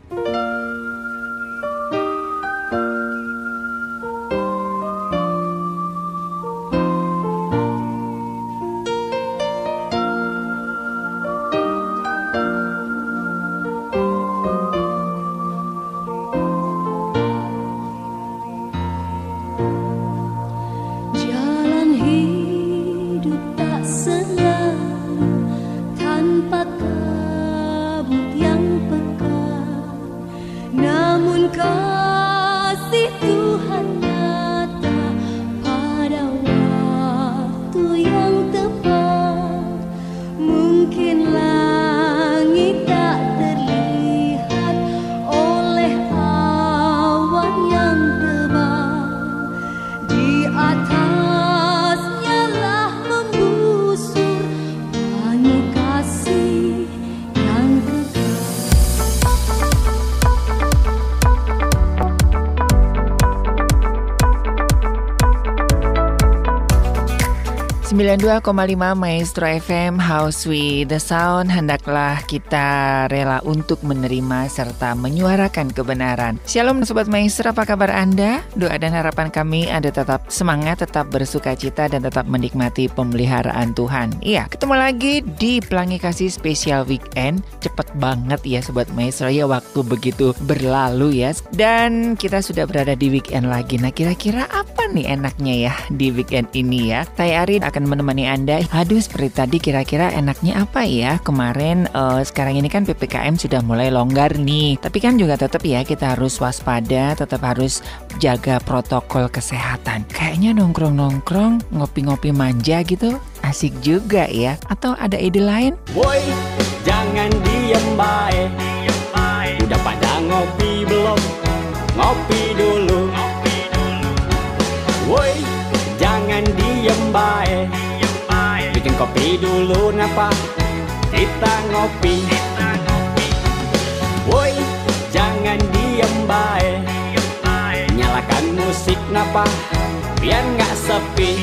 92,5 Maestro FM, House with the Sound. Hendaklah kita rela untuk menerima serta menyuarakan kebenaran. Shalom Sobat Maestro, apa kabar Anda? Doa dan harapan kami Anda tetap semangat, tetap bersuka cita, dan tetap menikmati pemeliharaan Tuhan. Iya, ketemu lagi di Pelangi Kasih Spesial Weekend. Cepet banget ya Sobat Maestro, ya waktu begitu berlalu ya. Dan kita sudah berada di weekend lagi. Nah, kira-kira apa nih enaknya ya di weekend ini ya? Saya Ari akan menemani Anda. Aduh, seperti tadi kira-kira enaknya apa ya? Kemarin sekarang ini kan PPKM sudah mulai longgar nih. Tapi kan juga tetap ya kita harus waspada, tetap harus jaga protokol kesehatan. Kayaknya nongkrong-nongkrong, ngopi-ngopi manja gitu asik juga ya. Atau ada ide lain? Woi, jangan diem bae. Udah pada ngopi belum? Ngopi dulu. Woi, jangan diem bae. Bikin kopi dulu napa? Kita ngopi. Woi, jangan diem bae. Nyalakan musik napa? Biar nggak sepi.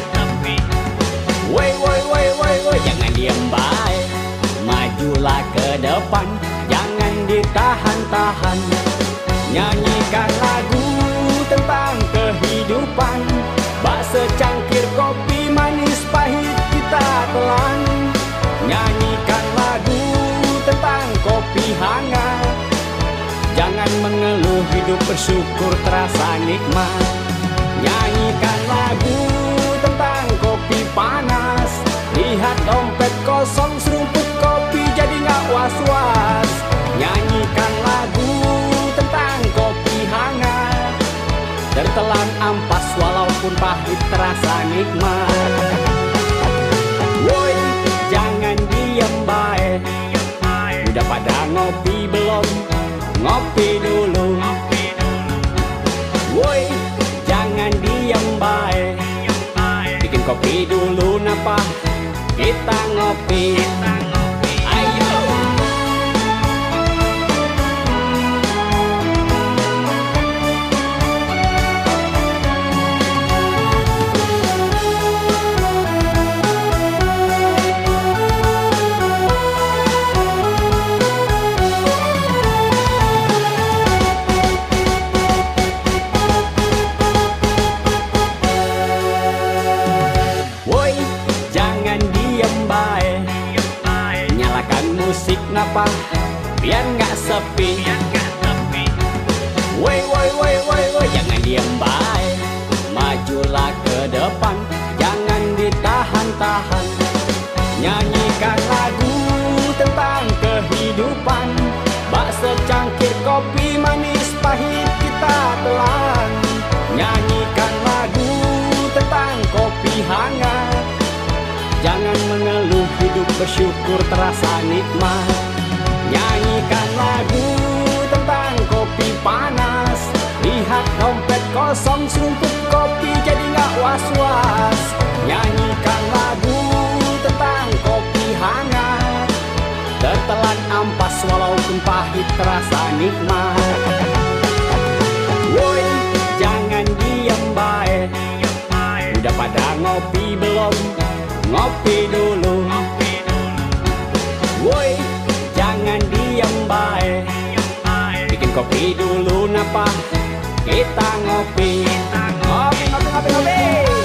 Woi, woi, woi, woi, woi, jangan diem bae. Majulah ke depan, jangan ditahan-tahan. Nyanyikan lagu tentang kehidupan. Bak secangkir kopi manis pahit kita telan. Nyanyikan lagu tentang kopi hangat. Jangan mengeluh, hidup bersyukur terasa nikmat. Nyanyikan lagu tentang kopi panas. Lihat dompet kosong, serumput kopi jadi gak was-was. Nyanyikan lagu tentang kopi hangat. Tertelan ampas walaupun pahit terasa nikmat. Woi, jangan diem bae. Udah pada ngopi belum? Ngopi dulu. Woi, jangan diem bae. Bikin kopi dulu napa? Kita ngopi. Ayo. Musik napa? Biar nggak sepi. Woi, woi, woi, woi, woi, jangan diem bae. Majulah ke depan, jangan ditahan-tahan. Nyanyikan lagu tentang kehidupan. Bak secangkir kopi manis pahit kita telan. Nyanyikan lagu tentang kopi hangat. Jangan mengeluh, hidup bersyukur terasa nikmat. Nyanyikan lagu tentang kopi panas. Lihat dompet kosong, serumput kopi jadi gak was-was. Nyanyikan lagu tentang kopi hangat. Tertelan ampas walaupun pahit terasa nikmat. Woi, jangan diem bae. Udah pada ngopi belum? Ngopi dulu. Woi, jangan diem bae. limpah, kita ngopi, ngopi, ngopi, ngopi, ngopi.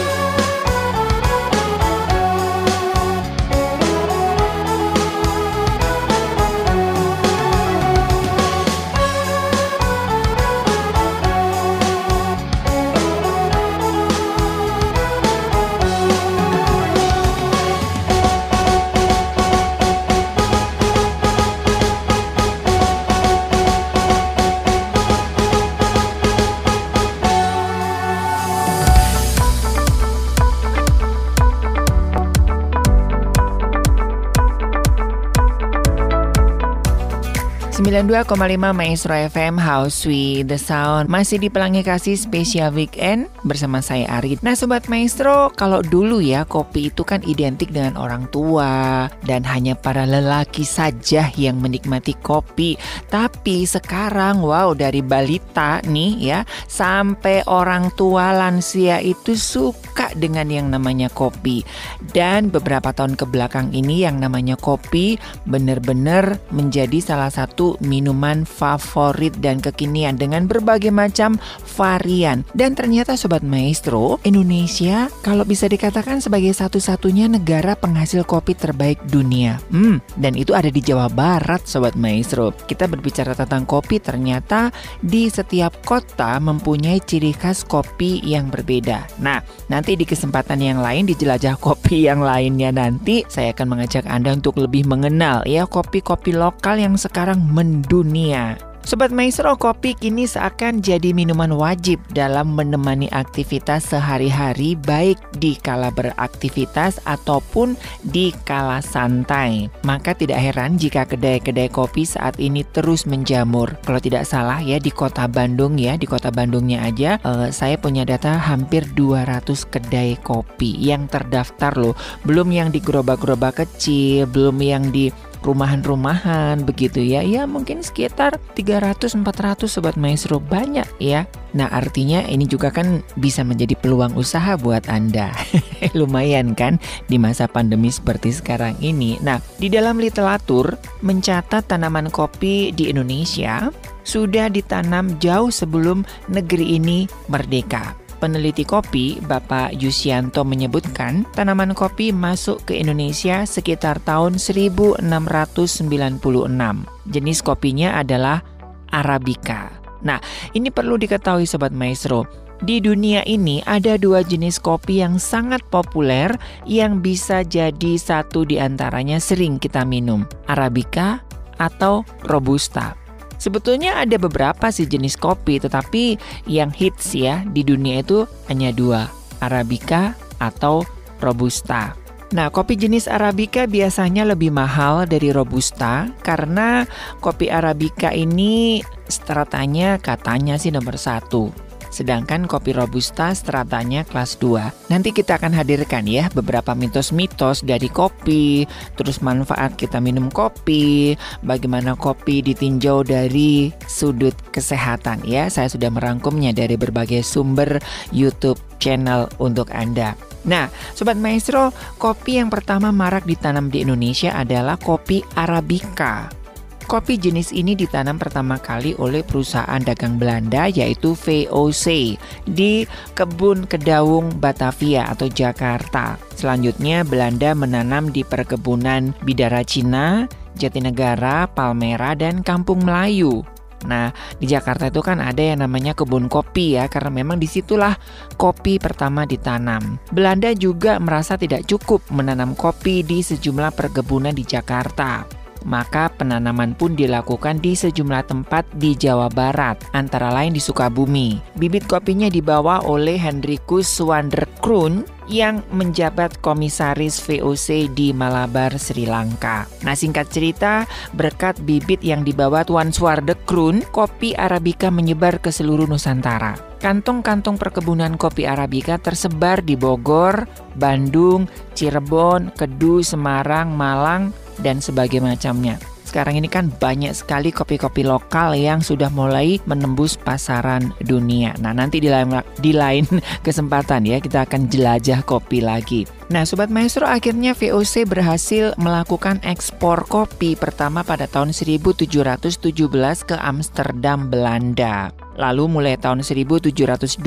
92,5 Maestro FM House with the Sound. Masih di Pelangi Kasih Spesial Weekend bersama saya Arit. Nah Sobat Maestro, kalau dulu ya kopi itu kan identik dengan orang tua dan hanya para lelaki saja yang menikmati kopi. Tapi sekarang wow, dari balita nih ya sampai orang tua lansia itu suka dengan yang namanya kopi. Dan beberapa tahun kebelakang ini yang namanya kopi benar-benar menjadi salah satu minuman favorit dan kekinian dengan berbagai macam varian. Dan ternyata Sobat Maestro, Indonesia kalau bisa dikatakan sebagai satu-satunya negara penghasil kopi terbaik dunia. Dan itu ada di Jawa Barat Sobat Maestro. Kita berbicara tentang kopi, ternyata di setiap kota mempunyai ciri khas kopi yang berbeda. Nah, nanti di kesempatan yang lain, di jelajah kopi yang lainnya nanti, saya akan mengajak Anda untuk lebih mengenal ya kopi-kopi lokal yang sekarang mendunia. Sobat Maestro, kopi kini seakan jadi minuman wajib dalam menemani aktivitas sehari-hari, baik di kala beraktivitas ataupun di kala santai. Maka tidak heran jika kedai-kedai kopi saat ini terus menjamur. Kalau tidak salah ya di kota Bandung ya, di kota Bandungnya aja saya punya data hampir 200 kedai kopi yang terdaftar loh. Belum yang di gerobak-gerobak kecil, belum yang di rumahan-rumahan begitu ya. Ya mungkin sekitar 300-400 Sobat Maestro, banyak ya. Nah artinya ini juga kan bisa menjadi peluang usaha buat Anda. Lumayan kan di masa pandemi seperti sekarang ini. Nah di dalam literatur mencatat tanaman kopi di Indonesia sudah ditanam jauh sebelum negeri ini merdeka. Peneliti kopi, Bapak Yusianto menyebutkan tanaman kopi masuk ke Indonesia sekitar tahun 1696. Jenis kopinya adalah Arabica. Nah, ini perlu diketahui Sobat Maestro. Di dunia ini ada dua jenis kopi yang sangat populer yang bisa jadi satu di antaranya sering kita minum, Arabica atau Robusta. Sebetulnya ada beberapa sih jenis kopi, tetapi yang hits ya di dunia itu hanya dua, Arabica atau Robusta. Nah, kopi jenis Arabica biasanya lebih mahal dari Robusta karena kopi Arabica ini stratanya katanya sih nomor 1. Sedangkan kopi Robusta stratanya kelas 2. Nanti kita akan hadirkan ya beberapa mitos-mitos dari kopi, terus manfaat kita minum kopi, bagaimana kopi ditinjau dari sudut kesehatan ya. Saya sudah merangkumnya dari berbagai sumber YouTube channel untuk Anda. Nah, Sobat Maestro, kopi yang pertama marak ditanam di Indonesia adalah kopi Arabica. Kopi jenis ini ditanam pertama kali oleh perusahaan dagang Belanda yaitu VOC di Kebun Kedaung Batavia atau Jakarta. Selanjutnya Belanda menanam di perkebunan Bidara Cina, Jatinegara, Palmera, dan Kampung Melayu. Nah, di Jakarta itu kan ada yang namanya kebun kopi ya, karena memang disitulah kopi pertama ditanam. Belanda juga merasa tidak cukup menanam kopi di sejumlah perkebunan di Jakarta. Maka penanaman pun dilakukan di sejumlah tempat di Jawa Barat, antara lain di Sukabumi. Bibit kopinya dibawa oleh Hendrikus Swanderkroon yang menjabat komisaris VOC di Malabar, Sri Lanka. Nah, singkat cerita, berkat bibit yang dibawa Tuan Swanderkroon, kopi Arabica menyebar ke seluruh Nusantara. Kantong-kantong perkebunan kopi Arabica tersebar di Bogor, Bandung, Cirebon, Kedu, Semarang, Malang, dan sebagainya macamnya. Sekarang ini kan banyak sekali kopi-kopi lokal yang sudah mulai menembus pasaran dunia. Nah, nanti di lain kesempatan ya kita akan jelajah kopi lagi. Nah, Sobat Maestro, akhirnya VOC berhasil melakukan ekspor kopi pertama pada tahun 1717 ke Amsterdam, Belanda. Lalu mulai tahun 1725,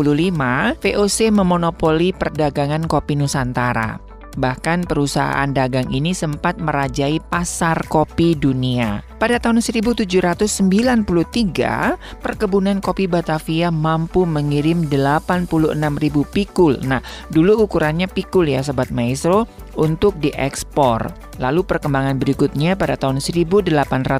VOC memonopoli perdagangan kopi Nusantara. Bahkan perusahaan dagang ini sempat merajai pasar kopi dunia. Pada tahun 1793, perkebunan kopi Batavia mampu mengirim 86.000 pikul. Nah, dulu ukurannya pikul ya Sobat Maestro, untuk diekspor. Lalu perkembangan berikutnya pada tahun 1817,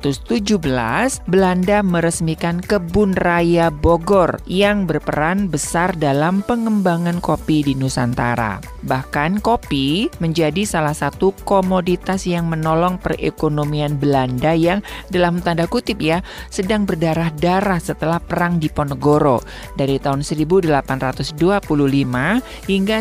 Belanda meresmikan Kebun Raya Bogor yang berperan besar dalam pengembangan kopi di Nusantara. Bahkan kopi menjadi salah satu komoditas yang menolong perekonomian Belanda yang dalam tanda kutip ya, sedang berdarah-darah setelah Perang Diponegoro dari tahun 1825 hingga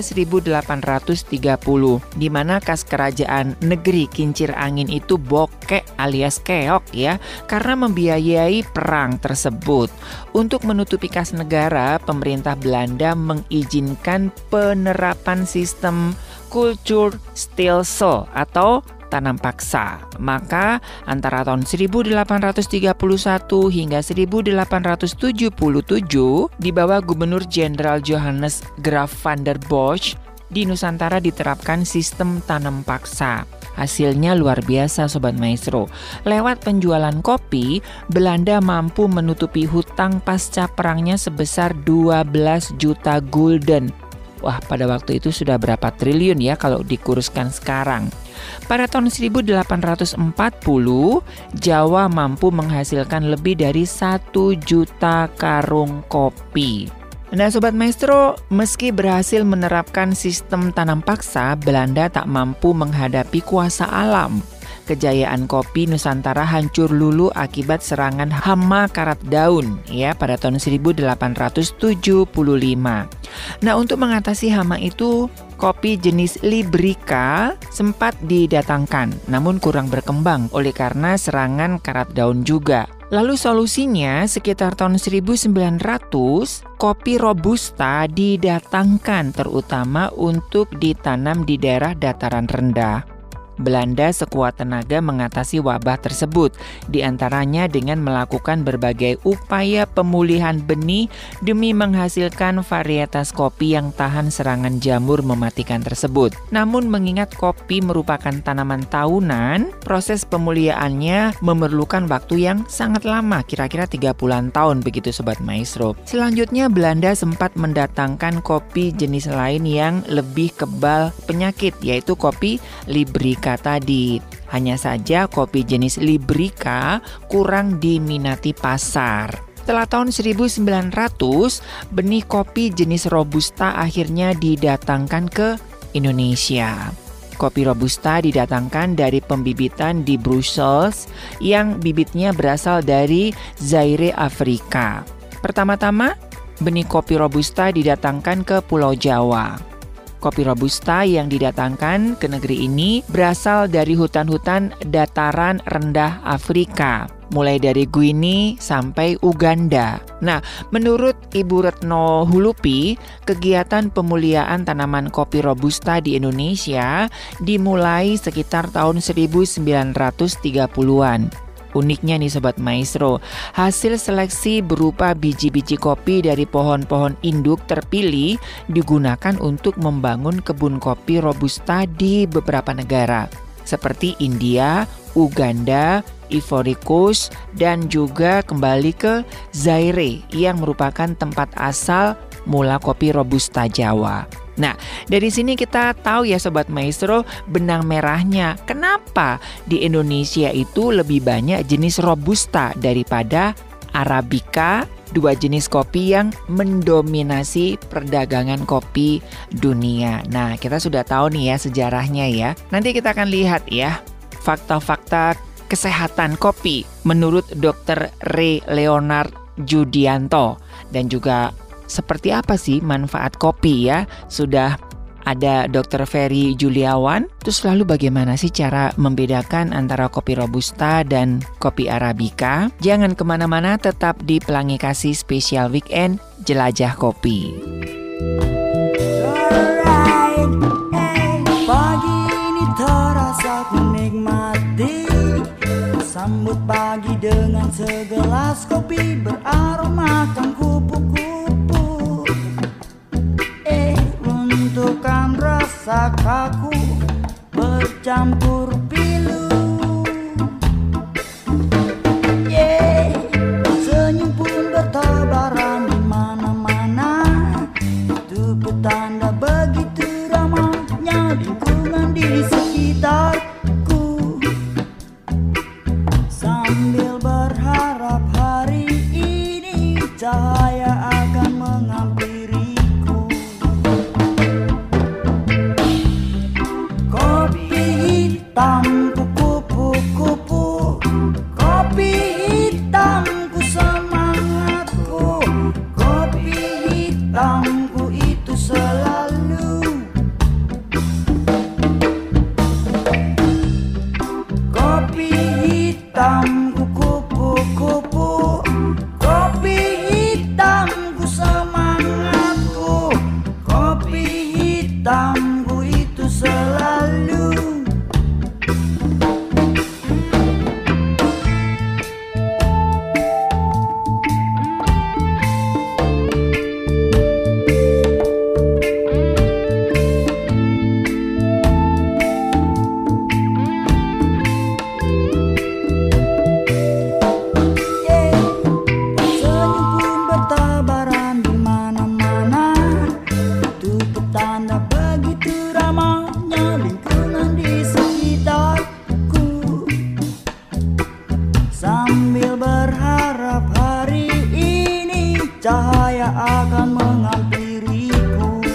1830, di mana kas kerajaan negeri kincir angin itu bokek alias keok ya, karena membiayai perang tersebut. Untuk menutupi kas negara, pemerintah Belanda mengizinkan penerapan sistem Kulturstelsel atau tanam paksa. Maka antara tahun 1831 hingga 1877 di bawah Gubernur Jenderal Johannes Graaf van der Bosch di Nusantara diterapkan sistem tanam paksa. Hasilnya luar biasa Sobat Maestro. Lewat penjualan kopi, Belanda mampu menutupi hutang pasca perangnya sebesar 12 juta gulden. Wah, pada waktu itu sudah berapa triliun ya kalau dikuruskan sekarang. Pada tahun 1840, Jawa mampu menghasilkan lebih dari 1 juta karung kopi. Nah Sobat Maestro, meski berhasil menerapkan sistem tanam paksa, Belanda tak mampu menghadapi kuasa alam. Kejayaan kopi Nusantara hancur lulu akibat serangan hama karat daun ya pada tahun 1875. Nah, untuk mengatasi hama itu, kopi jenis Liberica sempat didatangkan, namun kurang berkembang oleh karena serangan karat daun juga. Lalu solusinya sekitar tahun 1900, kopi Robusta didatangkan terutama untuk ditanam di daerah dataran rendah. Belanda sekuat tenaga mengatasi wabah tersebut, diantaranya dengan melakukan berbagai upaya pemulihan benih demi menghasilkan varietas kopi yang tahan serangan jamur mematikan tersebut. Namun mengingat kopi merupakan tanaman tahunan, proses pemulihaannya memerlukan waktu yang sangat lama, kira-kira 30-an tahun begitu Sobat Maestro. Selanjutnya Belanda sempat mendatangkan kopi jenis lain yang lebih kebal penyakit, yaitu kopi Liberica tadi. Hanya saja kopi jenis Liberica kurang diminati pasar. Setelah tahun 1900, benih kopi jenis Robusta akhirnya didatangkan ke Indonesia. Kopi Robusta didatangkan dari pembibitan di Brussels yang bibitnya berasal dari Zaire, Afrika. Pertama-tama, benih kopi Robusta didatangkan ke Pulau Jawa. Kopi Robusta yang didatangkan ke negeri ini berasal dari hutan-hutan dataran rendah Afrika, mulai dari Guinea sampai Uganda. Nah, menurut Ibu Retno Hulupi, kegiatan pemulihaan tanaman kopi Robusta di Indonesia dimulai sekitar tahun 1930-an. Uniknya nih Sobat Maestro, hasil seleksi berupa biji-biji kopi dari pohon-pohon induk terpilih digunakan untuk membangun kebun kopi Robusta di beberapa negara seperti India, Uganda, Ivory Coast, dan juga kembali ke Zaire yang merupakan tempat asal mula kopi Robusta Jawa. Nah, dari sini kita tahu ya Sobat Maestro, benang merahnya kenapa di Indonesia itu lebih banyak jenis Robusta daripada Arabica, dua jenis kopi yang mendominasi perdagangan kopi dunia. Nah, kita sudah tahu nih ya sejarahnya ya. Nanti kita akan lihat ya fakta-fakta kesehatan kopi menurut Dr. Ray Leonard Judianto, dan juga seperti apa sih manfaat kopi ya? Sudah ada Dr. Ferry Juliawan. Terus lalu bagaimana sih cara membedakan antara kopi Robusta dan kopi Arabica? Jangan kemana-mana, tetap di Pelangi Kasih Spesial Weekend Jelajah Kopi. Sambut pagi dengan segelas kopi beraromakan kupu-kupu. Untukkan rasa kaku bercampur pilu. Senyum pun bertebaran di mana-mana. Itu petanda begitu ramahnya lingkungan di sekitarku. Sambil berharap hari ini cahaya akan menghampiriku. Kopi hitam kupu-kupu, kopi hitamku semangatku, kopi hitamku itu selalu. Kopi hitamku kupu-kupu, kopi hitamku semangatku, kopi hitamku itu selalu. Sambil berharap hari ini cahaya akan menghampiriku.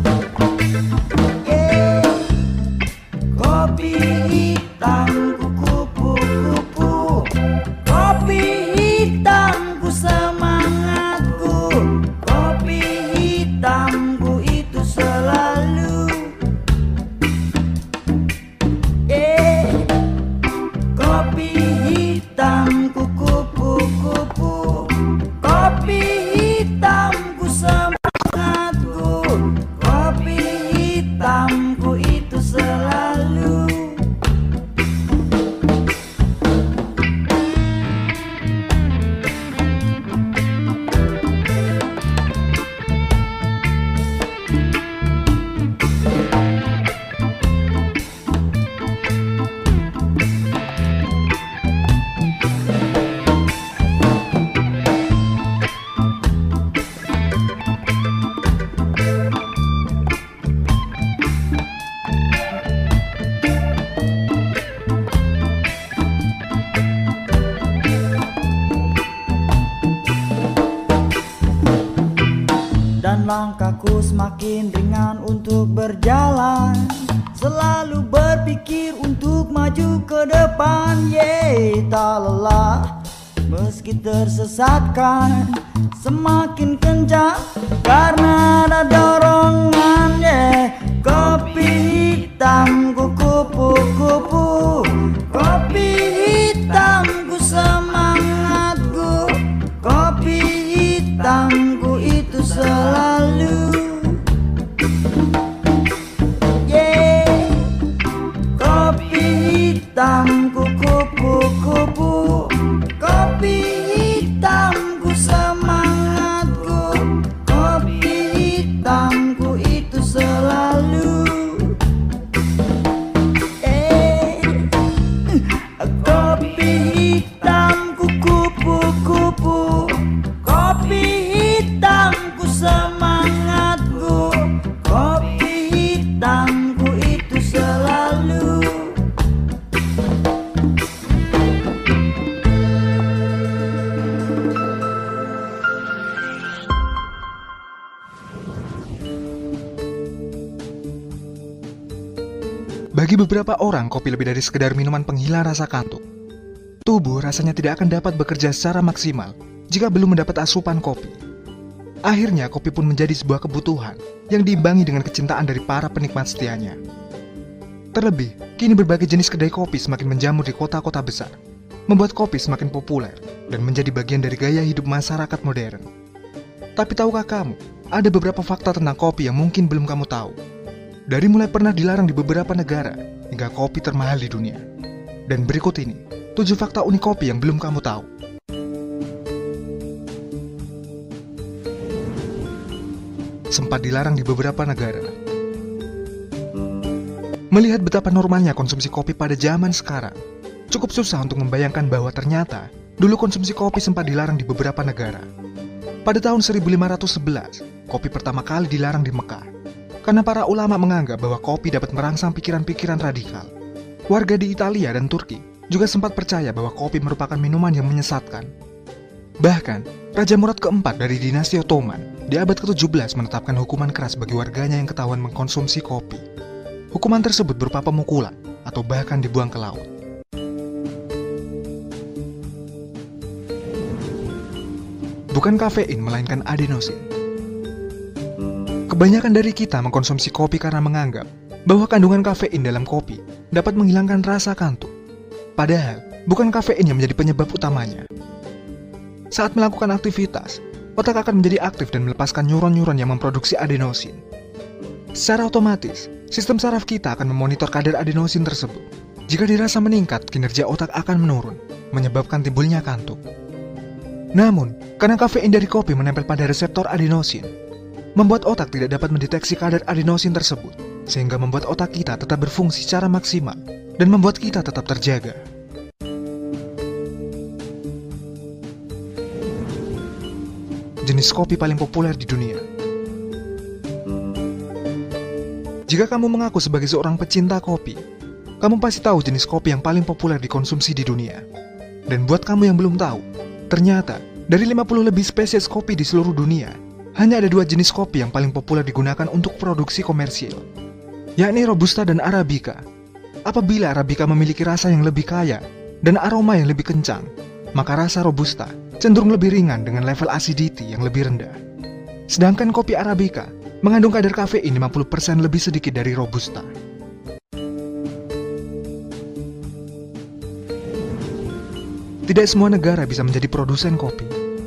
Kopi hitamku kupu-kupu, kopi hitamku semangatku, kopi hitamku itu selalu. Kopi hitamku kupu-kupu, kopi hitamku semangatku, kopi hitamku itu selalu. Dan langkahku semakin ringan untuk berjalan, selalu berpikir untuk maju ke depan. Tak lelah meski tersesatkan, semakin kencang karena ada dorongan. Kopi hitamku kupu-kupu, kopi hitamku semangatku, kopi hitamku itu selalu. Kopi hitamku kupu-kupu, kopi hitamku semangatku, kopi hitamku itu selalu. Kopi hitamku kupu-kupu, kopi hitamku semangatku, kopi hitamku itu selalu. Bagi beberapa orang, kopi lebih dari sekedar minuman penghilang rasa kantuk. Tubuh rasanya tidak akan dapat bekerja secara maksimal jika belum mendapat asupan kopi. Akhirnya, kopi pun menjadi sebuah kebutuhan yang diimbangi dengan kecintaan dari para penikmat setianya. Terlebih, kini berbagai jenis kedai kopi semakin menjamur di kota-kota besar, membuat kopi semakin populer dan menjadi bagian dari gaya hidup masyarakat modern. Tapi tahukah kamu, ada beberapa fakta tentang kopi yang mungkin belum kamu tahu. Dari mulai pernah dilarang di beberapa negara, hingga kopi termahal di dunia. Dan berikut ini 7 fakta unik kopi yang belum kamu tahu. Sempat dilarang di beberapa negara. Melihat betapa normalnya konsumsi kopi pada zaman sekarang, cukup susah untuk membayangkan bahwa ternyata dulu konsumsi kopi sempat dilarang di beberapa negara. Pada tahun 1511, kopi pertama kali dilarang di Mekah, karena para ulama menganggap bahwa kopi dapat merangsang pikiran-pikiran radikal. Warga di Italia dan Turki juga sempat percaya bahwa kopi merupakan minuman yang menyesatkan. Bahkan, Raja Murad keempat dari dinasti Ottoman di abad ke-17 menetapkan hukuman keras bagi warganya yang ketahuan mengkonsumsi kopi. Hukuman tersebut berupa pemukulan atau bahkan dibuang ke laut. Bukan kafein, melainkan adenosin. Kebanyakan dari kita mengkonsumsi kopi karena menganggap bahwa kandungan kafein dalam kopi dapat menghilangkan rasa kantuk. Padahal, bukan kafein yang menjadi penyebab utamanya. Saat melakukan aktivitas, otak akan menjadi aktif dan melepaskan neuron-neuron yang memproduksi adenosin. Secara otomatis, sistem saraf kita akan memonitor kadar adenosin tersebut. Jika dirasa meningkat, kinerja otak akan menurun, menyebabkan timbulnya kantuk. Namun, karena kafein dari kopi menempel pada reseptor adenosin, membuat otak tidak dapat mendeteksi kadar adenosin tersebut, sehingga membuat otak kita tetap berfungsi secara maksimal dan membuat kita tetap terjaga. Jenis kopi paling populer di dunia. Jika kamu mengaku sebagai seorang pecinta kopi, kamu pasti tahu jenis kopi yang paling populer dikonsumsi di dunia. Dan buat kamu yang belum tahu, ternyata dari 50 lebih spesies kopi di seluruh dunia, hanya ada 2 jenis kopi yang paling populer digunakan untuk produksi komersil, yakni Robusta dan Arabica. Apabila Arabica memiliki rasa yang lebih kaya dan aroma yang lebih kencang, maka rasa Robusta cenderung lebih ringan dengan level acidity yang lebih rendah. Sedangkan kopi Arabica mengandung kadar kafein 50% lebih sedikit dari Robusta. Tidak semua negara bisa menjadi produsen kopi.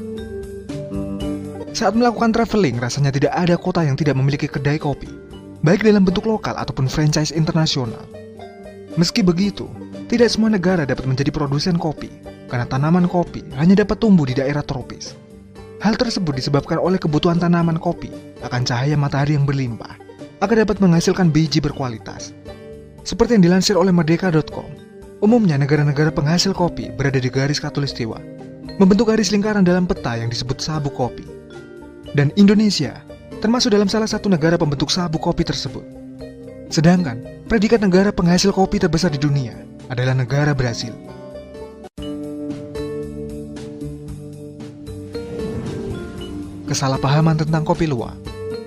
Saat melakukan traveling, rasanya tidak ada kota yang tidak memiliki kedai kopi, baik dalam bentuk lokal ataupun franchise internasional. Meski begitu, tidak semua negara dapat menjadi produsen kopi, karena tanaman kopi hanya dapat tumbuh di daerah tropis. Hal tersebut disebabkan oleh kebutuhan tanaman kopi akan cahaya matahari yang berlimpah, agar dapat menghasilkan biji berkualitas. Seperti yang dilansir oleh Merdeka.com, umumnya negara-negara penghasil kopi berada di garis khatulistiwa, membentuk garis lingkaran dalam peta yang disebut sabuk kopi. Dan Indonesia termasuk dalam salah satu negara pembentuk sabuk kopi tersebut. Sedangkan predikat negara penghasil kopi terbesar di dunia adalah negara Brasil. Kesalahpahaman tentang kopi luwak.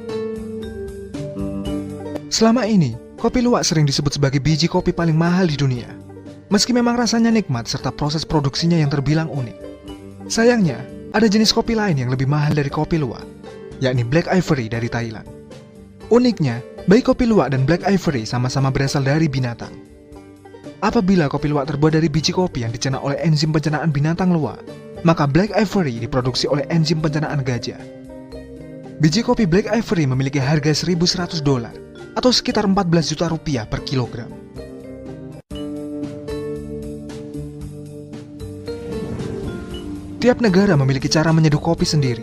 Selama ini, kopi luwak sering disebut sebagai biji kopi paling mahal di dunia, meski memang rasanya nikmat serta proses produksinya yang terbilang unik. Sayangnya, ada jenis kopi lain yang lebih mahal dari kopi luwak, yakni Black Ivory dari Thailand. Uniknya, baik kopi luwak dan Black Ivory sama-sama berasal dari binatang. Apabila kopi luwak terbuat dari biji kopi yang dicerna oleh enzim pencernaan binatang luwak, maka Black Ivory diproduksi oleh enzim pencernaan gajah. Biji kopi Black Ivory memiliki harga $1.100 atau sekitar 14 juta rupiah per kilogram. Tiap negara memiliki cara menyeduh kopi sendiri.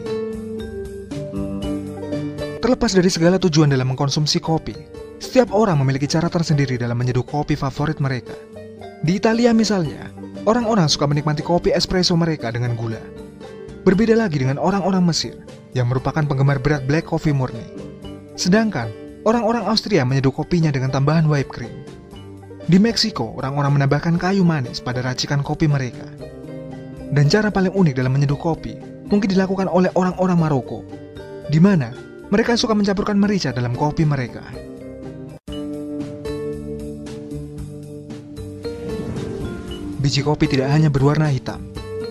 Terlepas dari segala tujuan dalam mengkonsumsi kopi, setiap orang memiliki cara tersendiri dalam menyeduh kopi favorit mereka. Di Italia misalnya, orang-orang suka menikmati kopi espresso mereka dengan gula. Berbeda lagi dengan orang-orang Mesir, yang merupakan penggemar berat black coffee murni. Sedangkan, orang-orang Austria menyeduh kopinya dengan tambahan whipped cream. Di Meksiko, orang-orang menambahkan kayu manis pada racikan kopi mereka. Dan cara paling unik dalam menyeduh kopi mungkin dilakukan oleh orang-orang Maroko, di mana mereka suka mencampurkan merica dalam kopi mereka. Biji kopi tidak hanya berwarna hitam.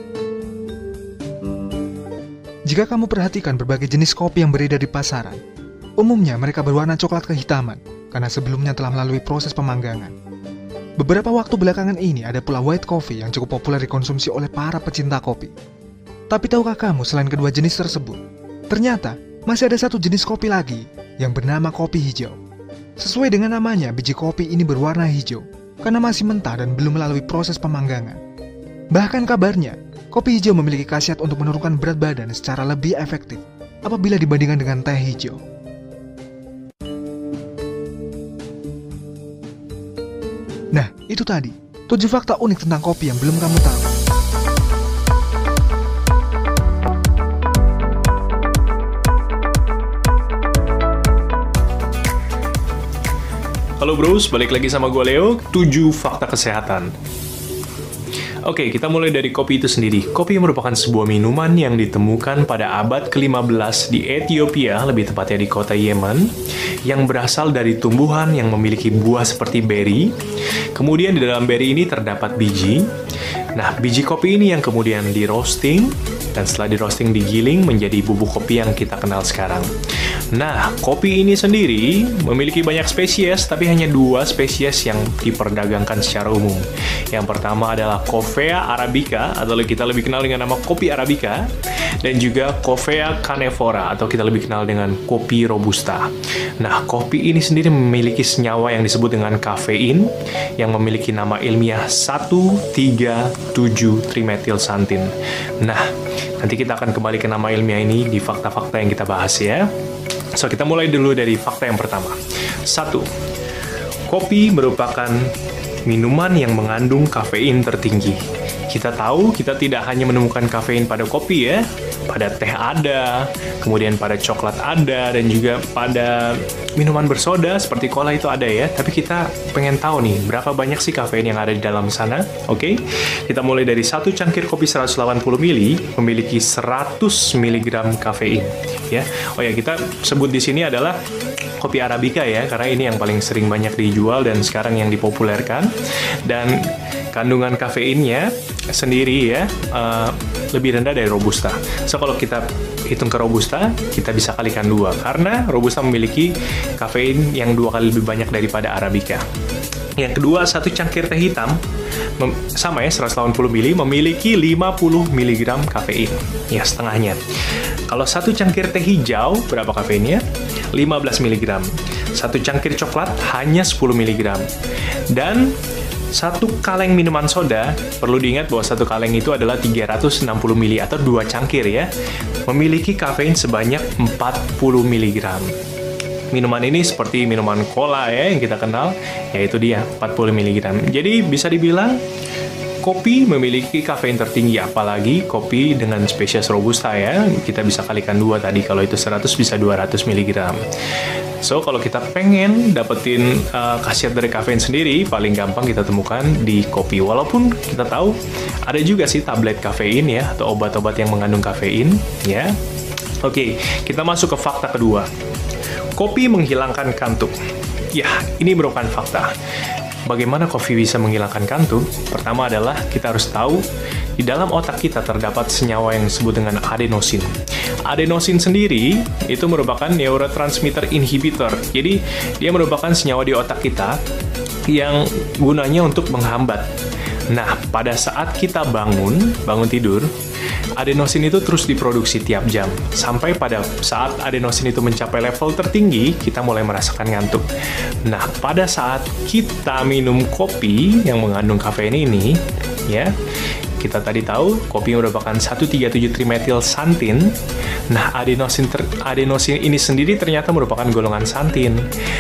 Jika kamu perhatikan berbagai jenis kopi yang beredar di pasaran, umumnya mereka berwarna coklat kehitaman karena sebelumnya telah melalui proses pemanggangan. Beberapa waktu belakangan ini ada pula white coffee yang cukup populer dikonsumsi oleh para pecinta kopi. Tapi tahukah kamu selain kedua jenis tersebut, ternyata masih ada satu jenis kopi lagi yang bernama kopi hijau. Sesuai dengan namanya, biji kopi ini berwarna hijau karena masih mentah dan belum melalui proses pemanggangan. Bahkan kabarnya, kopi hijau memiliki khasiat untuk menurunkan berat badan secara lebih efektif apabila dibandingkan dengan teh hijau. Nah, itu tadi 7 fakta unik tentang kopi yang belum kamu tahu. Halo bros, balik lagi sama gue Leo, 7 fakta kesehatan. Oke, kita mulai dari kopi itu sendiri. Kopi merupakan sebuah minuman yang ditemukan pada abad ke-15 di Ethiopia, lebih tepatnya di kota Yemen, yang berasal dari tumbuhan yang memiliki buah seperti beri. Kemudian di dalam beri ini terdapat biji. Nah, biji kopi ini yang kemudian di roasting, dan setelah di roasting digiling menjadi bubuk kopi yang kita kenal sekarang. Nah, kopi ini sendiri memiliki banyak spesies, tapi hanya 2 spesies yang diperdagangkan secara umum. Yang pertama adalah Coffea arabica, atau kita lebih kenal dengan nama kopi arabica, dan juga Coffea canephora, atau kita lebih kenal dengan kopi robusta. Nah, kopi ini sendiri memiliki senyawa yang disebut dengan kafein, yang memiliki nama ilmiah 1,3,7-trimethylxanthin. Nah, nanti kita akan kembali ke nama ilmiah ini di fakta-fakta yang kita bahas ya. So, kita mulai dulu dari fakta yang pertama. 1. Kopi merupakan minuman yang mengandung kafein tertinggi. Kita tahu kita tidak hanya menemukan kafein pada kopi ya, pada teh ada, kemudian pada coklat ada, dan juga pada minuman bersoda seperti cola itu ada ya. Tapi kita pengen tahu nih, berapa banyak sih kafein yang ada di dalam sana? Oke, kita mulai dari 1 cangkir kopi 180 ml memiliki 100 mg kafein ya. Oh ya, kita sebut di sini adalah kopi arabica ya, karena ini yang paling sering banyak dijual dan sekarang yang dipopulerkan. Dan kandungan kafeinnya sendiri ya lebih rendah dari robusta. So, kalau kita hitung ke robusta, kita bisa kalikan 2 karena robusta memiliki kafein yang 2 kali lebih banyak daripada arabica. Yang kedua, 1 cangkir teh hitam sama ya, 180 ml memiliki 50 mg kafein, ya setengahnya. Kalau 1 cangkir teh hijau, berapa kafeinnya? 15 mg. 1 cangkir coklat hanya 10 mg. Dan 1 kaleng minuman soda, perlu diingat bahwa 1 kaleng itu adalah 360 ml atau 2 cangkir ya, memiliki kafein sebanyak 40 mg. Minuman ini seperti minuman cola ya yang kita kenal, yaitu dia 40 mg. Jadi bisa dibilang kopi memiliki kafein tertinggi, apalagi kopi dengan spesies robusta ya. Kita bisa kalikan 2 tadi, kalau itu 100 bisa 200 mg. So, kalau kita pengen dapetin khasiat dari kafein sendiri, paling gampang kita temukan di kopi. Walaupun kita tahu ada juga sih tablet kafein ya, atau obat-obat yang mengandung kafein ya. Oke, kita masuk ke fakta kedua. Kopi menghilangkan kantuk. Ya, ini merupakan fakta. Bagaimana kopi bisa menghilangkan kantuk? Pertama adalah kita harus tahu di dalam otak kita terdapat senyawa yang disebut dengan adenosin. Adenosin sendiri itu merupakan neurotransmitter inhibitor. Jadi dia merupakan senyawa di otak kita yang gunanya untuk menghambat. Nah, pada saat kita bangun tidur, adenosin itu terus diproduksi tiap jam. Sampai pada saat adenosin itu mencapai level tertinggi, kita mulai merasakan ngantuk. Nah, pada saat kita minum kopi yang mengandung kafein ini, ya, kita tadi tahu kopi merupakan 1,3,7-trimethylxanthin. Nah, adenosin ini sendiri ternyata merupakan golongan xanthin.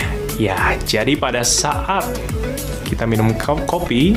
Ya, jadi pada saat kita minum kopi,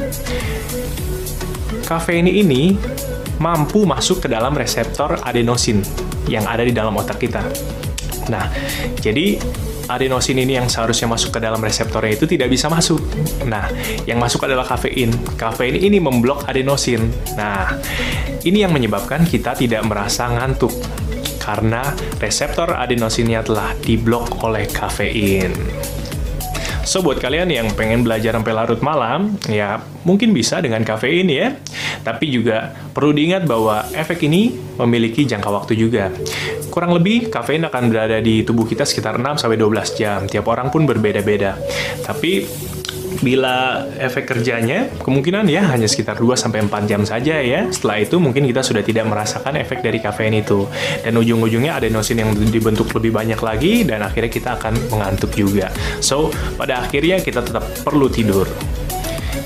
kafein ini mampu masuk ke dalam reseptor adenosin yang ada di dalam otak kita. Nah, jadi adenosin ini yang seharusnya masuk ke dalam reseptornya itu tidak bisa masuk. Nah, yang masuk adalah kafein. Kafein ini memblok adenosin. Nah, ini yang menyebabkan kita tidak merasa ngantuk karena reseptor adenosinnya telah diblok oleh kafein. So, buat kalian yang pengen belajar sampai larut malam, ya mungkin bisa dengan kafein ya. Tapi juga perlu diingat bahwa efek ini memiliki jangka waktu juga. Kurang lebih, kafein akan berada di tubuh kita sekitar 6-12 jam. Tiap orang pun berbeda-beda. Tapi, bila efek kerjanya, kemungkinan ya hanya sekitar 2-4 jam saja ya. Setelah itu, mungkin kita sudah tidak merasakan efek dari kafein itu. Dan ujung-ujungnya adenosin yang dibentuk lebih banyak lagi, dan akhirnya kita akan mengantuk juga. So, pada akhirnya kita tetap perlu tidur.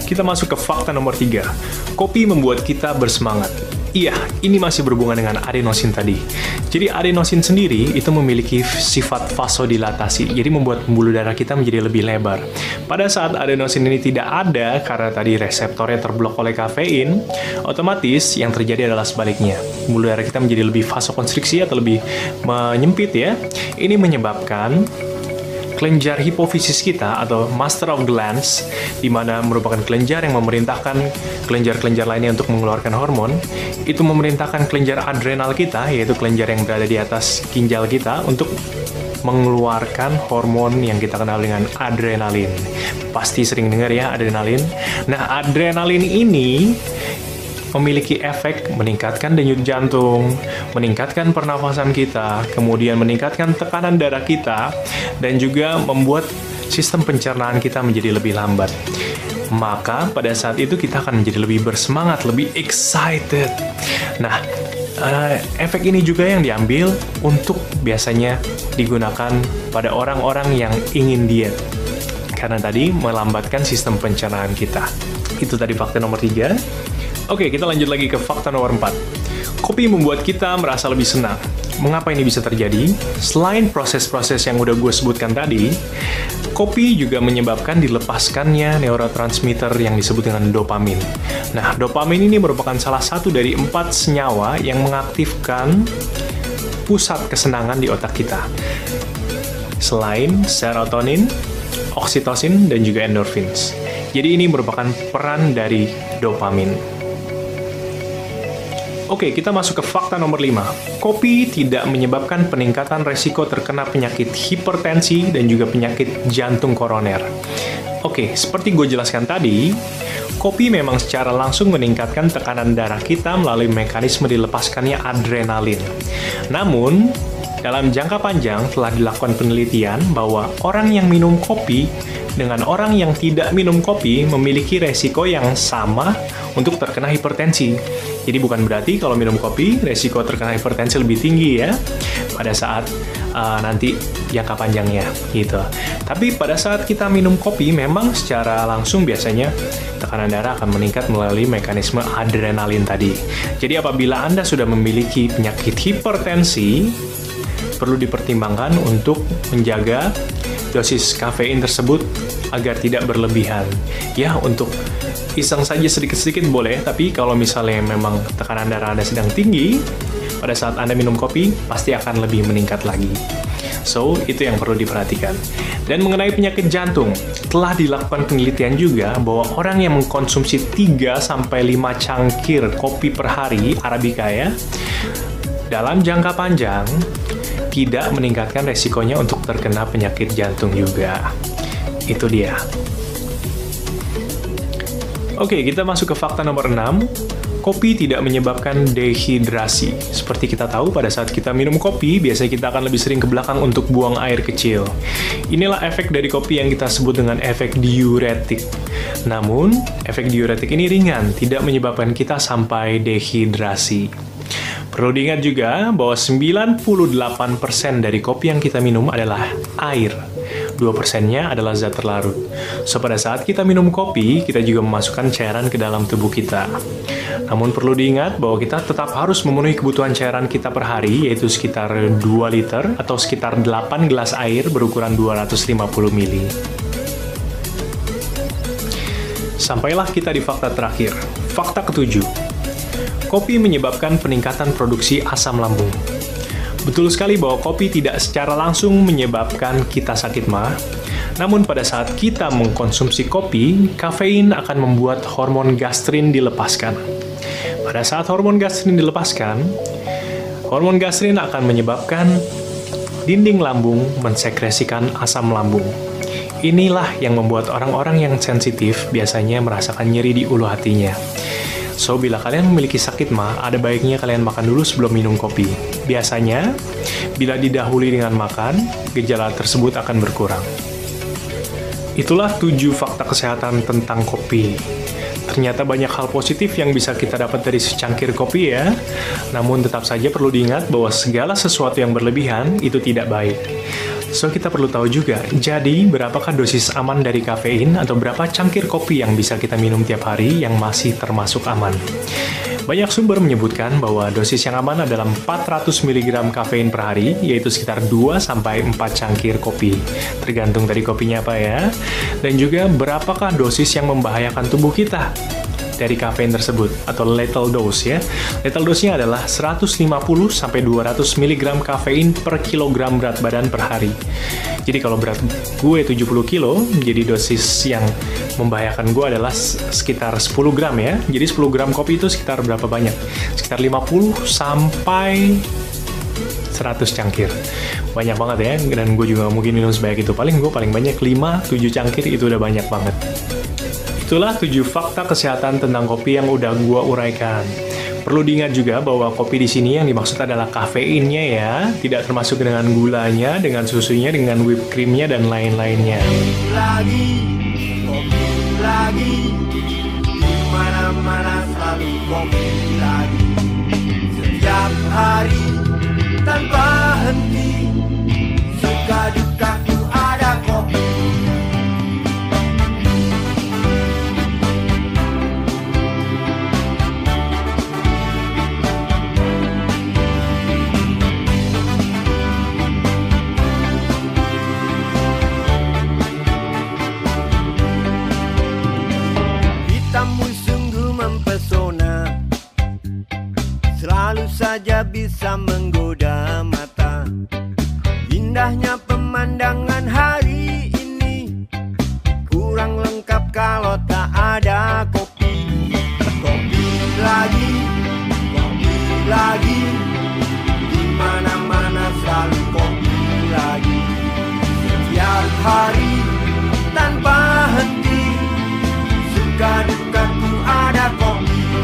kita masuk ke fakta nomor 3. Kopi membuat kita bersemangat. Iya, ini masih berhubungan dengan adenosin tadi. Jadi adenosin sendiri itu memiliki sifat vasodilatasi, jadi membuat pembuluh darah kita menjadi lebih lebar. Pada saat adenosin ini tidak ada, karena tadi reseptornya terblok oleh kafein, otomatis yang terjadi adalah sebaliknya. Pembuluh darah kita menjadi lebih vasokonstriksi atau lebih menyempit ya. Ini menyebabkan kelenjar hipofisis kita atau master of glands, di mana merupakan kelenjar yang memerintahkan kelenjar-kelenjar lainnya untuk mengeluarkan hormon, itu memerintahkan kelenjar adrenal kita, yaitu kelenjar yang berada di atas ginjal kita, untuk mengeluarkan hormon yang kita kenal dengan adrenalin. Pasti sering dengar ya adrenalin. Nah, adrenalin ini memiliki efek meningkatkan denyut jantung, meningkatkan pernafasan kita, kemudian meningkatkan tekanan darah kita, dan juga membuat sistem pencernaan kita menjadi lebih lambat. Maka pada saat itu kita akan menjadi lebih bersemangat, lebih excited. Nah, efek ini juga yang diambil untuk biasanya digunakan pada orang-orang yang ingin diet. Karena tadi melambatkan sistem pencernaan kita. Itu tadi fakta nomor 3. Oke, kita lanjut lagi ke fakta nomor 4. Kopi membuat kita merasa lebih senang. Mengapa ini bisa terjadi? Selain proses-proses yang udah gue sebutkan tadi, kopi juga menyebabkan dilepaskannya neurotransmitter yang disebut dengan dopamin. Nah, dopamin ini merupakan salah satu dari 4 senyawa yang mengaktifkan pusat kesenangan di otak kita. Selain serotonin, oksitosin, dan juga endorphins. Jadi ini merupakan peran dari dopamin. Oke, kita masuk ke fakta nomor 5. Kopi tidak menyebabkan peningkatan resiko terkena penyakit hipertensi dan juga penyakit jantung koroner. Oke, seperti gue jelaskan tadi, kopi memang secara langsung meningkatkan tekanan darah kita melalui mekanisme dilepaskannya adrenalin. Namun, dalam jangka panjang telah dilakukan penelitian bahwa orang yang minum kopi dengan orang yang tidak minum kopi memiliki resiko yang sama untuk terkena hipertensi. Jadi bukan berarti kalau minum kopi, resiko terkena hipertensi lebih tinggi ya pada saat nanti jangka panjangnya gitu. Tapi pada saat kita minum kopi, memang secara langsung biasanya tekanan darah akan meningkat melalui mekanisme adrenalin tadi. Jadi apabila Anda sudah memiliki penyakit hipertensi, perlu dipertimbangkan untuk menjaga dosis kafein tersebut agar tidak berlebihan. Ya, untuk iseng saja sedikit-sedikit boleh, tapi kalau misalnya memang tekanan darah Anda sedang tinggi, pada saat Anda minum kopi, pasti akan lebih meningkat lagi. So, itu yang perlu diperhatikan. Dan mengenai penyakit jantung, telah dilakukan penelitian juga bahwa orang yang mengkonsumsi 3-5 cangkir kopi per hari, Arabica ya, dalam jangka panjang, tidak meningkatkan resikonya untuk terkena penyakit jantung juga. Itu dia. Oke, kita masuk ke fakta nomor 6. Kopi tidak menyebabkan dehidrasi. Seperti kita tahu, pada saat kita minum kopi, biasanya kita akan lebih sering ke belakang untuk buang air kecil. Inilah efek dari kopi yang kita sebut dengan efek diuretik. Namun, efek diuretik ini ringan, tidak menyebabkan kita sampai dehidrasi. Perlu diingat juga bahwa 98% dari kopi yang kita minum adalah air. 2%-nya adalah zat terlarut. So, pada saat kita minum kopi, kita juga memasukkan cairan ke dalam tubuh kita. Namun perlu diingat bahwa kita tetap harus memenuhi kebutuhan cairan kita per hari, yaitu sekitar 2 liter atau sekitar 8 gelas air berukuran 250 ml. Sampailah kita di fakta terakhir. Fakta ketujuh. Kopi menyebabkan peningkatan produksi asam lambung. Betul sekali bahwa kopi tidak secara langsung menyebabkan kita sakit mah, namun pada saat kita mengkonsumsi kopi, kafein akan membuat hormon gastrin dilepaskan. Pada saat hormon gastrin dilepaskan, hormon gastrin akan menyebabkan dinding lambung mensekresikan asam lambung. Inilah yang membuat orang-orang yang sensitif biasanya merasakan nyeri di ulu hatinya. So, bila kalian memiliki sakit mah, ada baiknya kalian makan dulu sebelum minum kopi. Biasanya, bila didahului dengan makan, gejala tersebut akan berkurang. Itulah 7 fakta kesehatan tentang kopi. Ternyata banyak hal positif yang bisa kita dapat dari secangkir kopi ya. Namun tetap saja perlu diingat bahwa segala sesuatu yang berlebihan itu tidak baik. So kita perlu tahu juga, jadi berapakah dosis aman dari kafein atau berapa cangkir kopi yang bisa kita minum tiap hari yang masih termasuk aman. Banyak sumber menyebutkan bahwa dosis yang aman adalah 400 mg kafein per hari, yaitu sekitar 2-4 cangkir kopi. Tergantung dari kopinya apa ya. Dan juga berapakah dosis yang membahayakan tubuh kita dari kafein tersebut, atau lethal dose ya. Lethal dose-nya adalah 150-200 mg kafein per kilogram berat badan per hari. Jadi kalau berat gue 70 kilo, jadi dosis yang membahayakan gue adalah sekitar 10 gram ya. Jadi 10 gram kopi itu sekitar berapa banyak? Sekitar 50 sampai 100 cangkir. Banyak banget ya, dan gue juga mungkin minum sebanyak itu. Paling banyak 5-7 cangkir, itu udah banyak banget. Itulah 7 fakta kesehatan tentang kopi yang udah gua uraikan. Perlu diingat juga bahwa kopi di sini yang dimaksud adalah kafeinnya ya, tidak termasuk dengan gulanya, dengan susunya, dengan whipped creamnya dan lain-lainnya. Kopi lagi, di mana-mana selalu kopi lagi. Setiap hari tanpa henti, suka dukaku ada kopi. Saja bisa menggoda mata. Indahnya pemandangan hari ini kurang lengkap kalau tak ada kopi. Kopi lagi, di mana-mana selalu kopi lagi. Setiap hari tanpa henti, suka dukaku ada kopi.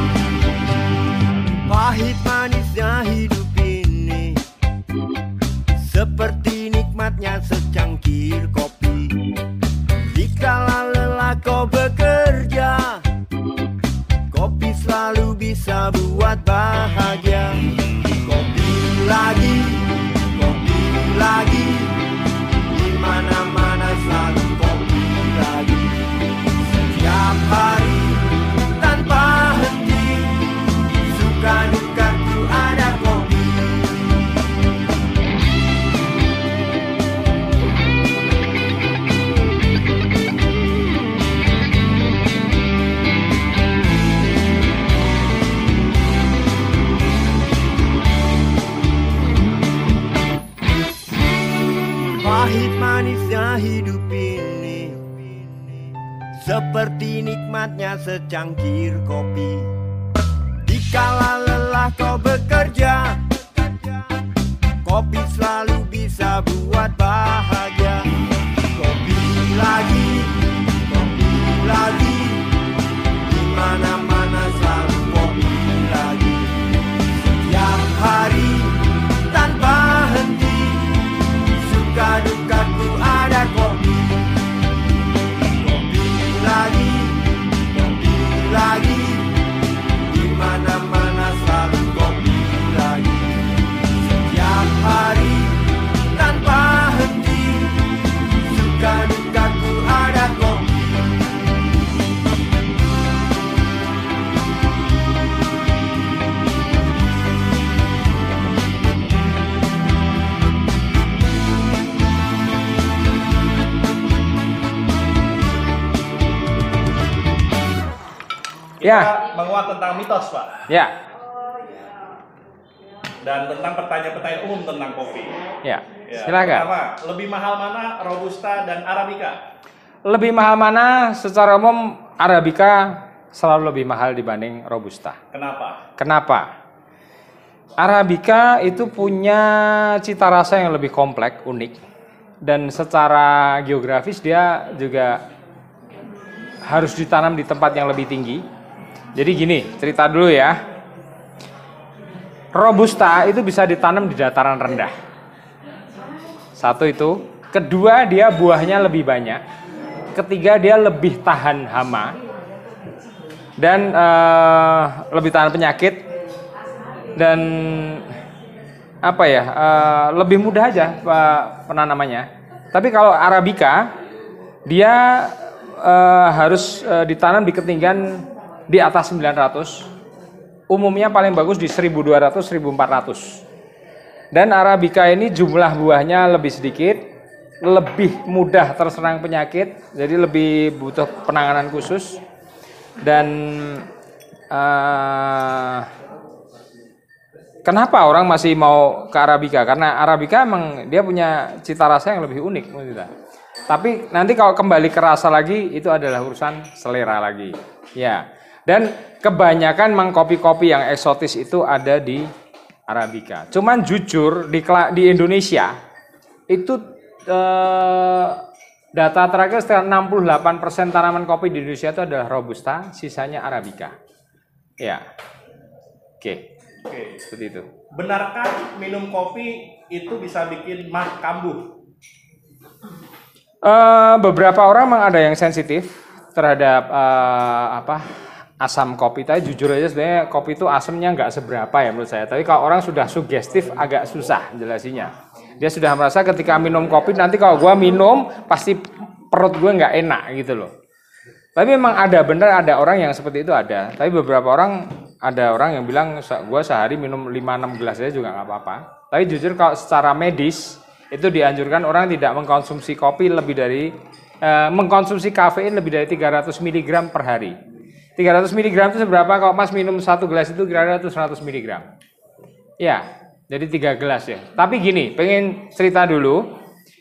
Pahit manisnya hidup ini, seperti nikmatnya secangkir kopi. Dikala lelah kau bekerja, kopi selalu bisa buat bahagia. Kopi lagi, di mana-mana selalu kopi lagi. Setiap hari tanpa henti, suka dukaku ada kopi. Pahit manisnya hidup ini, seperti nikmatnya secangkir kopi. Dikala lelah kau bekerja, kopi selalu bisa buat bahagia. Kopi lagi, di mana-mana selalu kopi lagi. Setiap hari tanpa henti, suka dukaku ada kopi. Kopi lagi, di mana-mana selalu kopi lagi. Setiap hari tanpa henti, suka dukaku ada kopi. Ya, menguak tentang mitos, Pak. Ya. Dan tentang pertanyaan-pertanyaan umum tentang kopi. Ya. Ya. Silakan. Pertama, lebih mahal mana Robusta dan Arabica? Lebih mahal mana? Secara umum Arabica selalu lebih mahal dibanding Robusta. Kenapa? Arabica itu punya cita rasa yang lebih kompleks, unik. Dan secara geografis dia juga harus ditanam di tempat yang lebih tinggi. Jadi gini, cerita dulu ya. Robusta itu bisa ditanam di dataran rendah. Satu itu. Kedua, dia buahnya lebih banyak. Ketiga, dia lebih tahan hama. Dan lebih tahan penyakit. Dan lebih mudah aja penanamannya. Tapi kalau Arabica dia harus ditanam di ketinggian di atas 900. Umumnya paling bagus di 1200 1400. Dan Arabica ini jumlah buahnya lebih sedikit, lebih mudah terserang penyakit, jadi lebih butuh penanganan khusus. Dan kenapa orang masih mau ke Arabica? Karena Arabica emang dia punya cita rasa yang lebih unik menurut kita. Tapi nanti kalau kembali ke rasa lagi itu adalah urusan selera lagi. Ya. Dan kebanyakan memang kopi-kopi yang eksotis itu ada di Arabica. Cuman jujur di Indonesia itu data terakhir sekitar 68% tanaman kopi di Indonesia itu adalah Robusta, sisanya Arabica. Ya. Oke. Seperti itu. Benarkah minum kopi itu bisa bikin mah kambuh? Beberapa orang memang ada yang sensitif terhadap asam kopi. Tapi jujur aja sebenarnya kopi itu asamnya nggak seberapa ya menurut saya. Tapi kalau orang sudah sugestif agak susah jelasinnya. Dia sudah merasa ketika minum kopi nanti kalau gua minum pasti perut gue nggak enak gitu loh. Tapi memang ada orang yang seperti itu ada. Tapi beberapa orang ada orang yang bilang gua sehari minum 5-6 gelas aja juga nggak apa-apa. Tapi jujur kalau secara medis itu dianjurkan orang tidak mengkonsumsi kopi lebih dari mengkonsumsi kafein lebih dari 300 mg per hari. 300 mg itu seberapa? Kalau Mas minum 1 gelas itu kira-kira 100 mg. Ya, jadi 3 gelas ya. Tapi gini, pengen cerita dulu.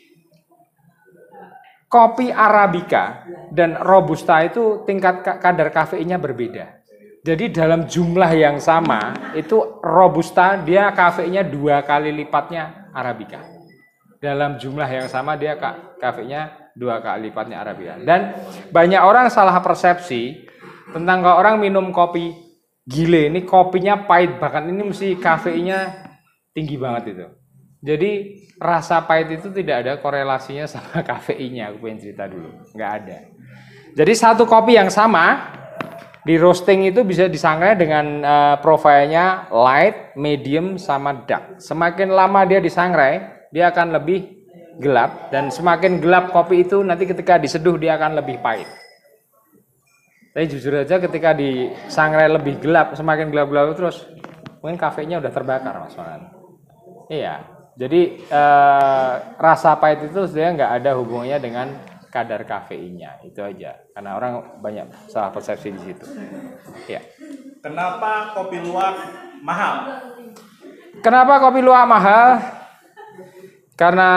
Kopi Arabica dan Robusta itu tingkat kadar kafeinnya berbeda. Jadi dalam jumlah yang sama, itu Robusta dia kafeinnya 2 kali lipatnya Arabica. Dalam jumlah yang sama dia kafeinnya 2 kali lipatnya Arabica. Dan banyak orang salah persepsi tentang kalau orang minum kopi gile ini kopinya pahit, bahkan ini mesti kafeinnya tinggi banget itu. Jadi rasa pahit itu tidak ada korelasinya sama kafeinnya. Aku pengen cerita dulu, nggak ada. Jadi satu kopi yang sama di roasting itu bisa disangrai dengan profilnya light, medium, sama dark. Semakin lama dia disangrai, dia akan lebih gelap, dan semakin gelap kopi itu nanti ketika diseduh dia akan lebih pahit. Tapi jujur aja ketika disangrai lebih gelap, semakin gelap-gelap terus mungkin kafeinnya udah terbakar Mas Manan. Iya, jadi rasa pahit itu sebenarnya nggak ada hubungannya dengan kadar kafeinnya, itu aja. Karena orang banyak salah persepsi di situ. Ya. Kenapa kopi luwak mahal? Kenapa kopi luwak mahal? Karena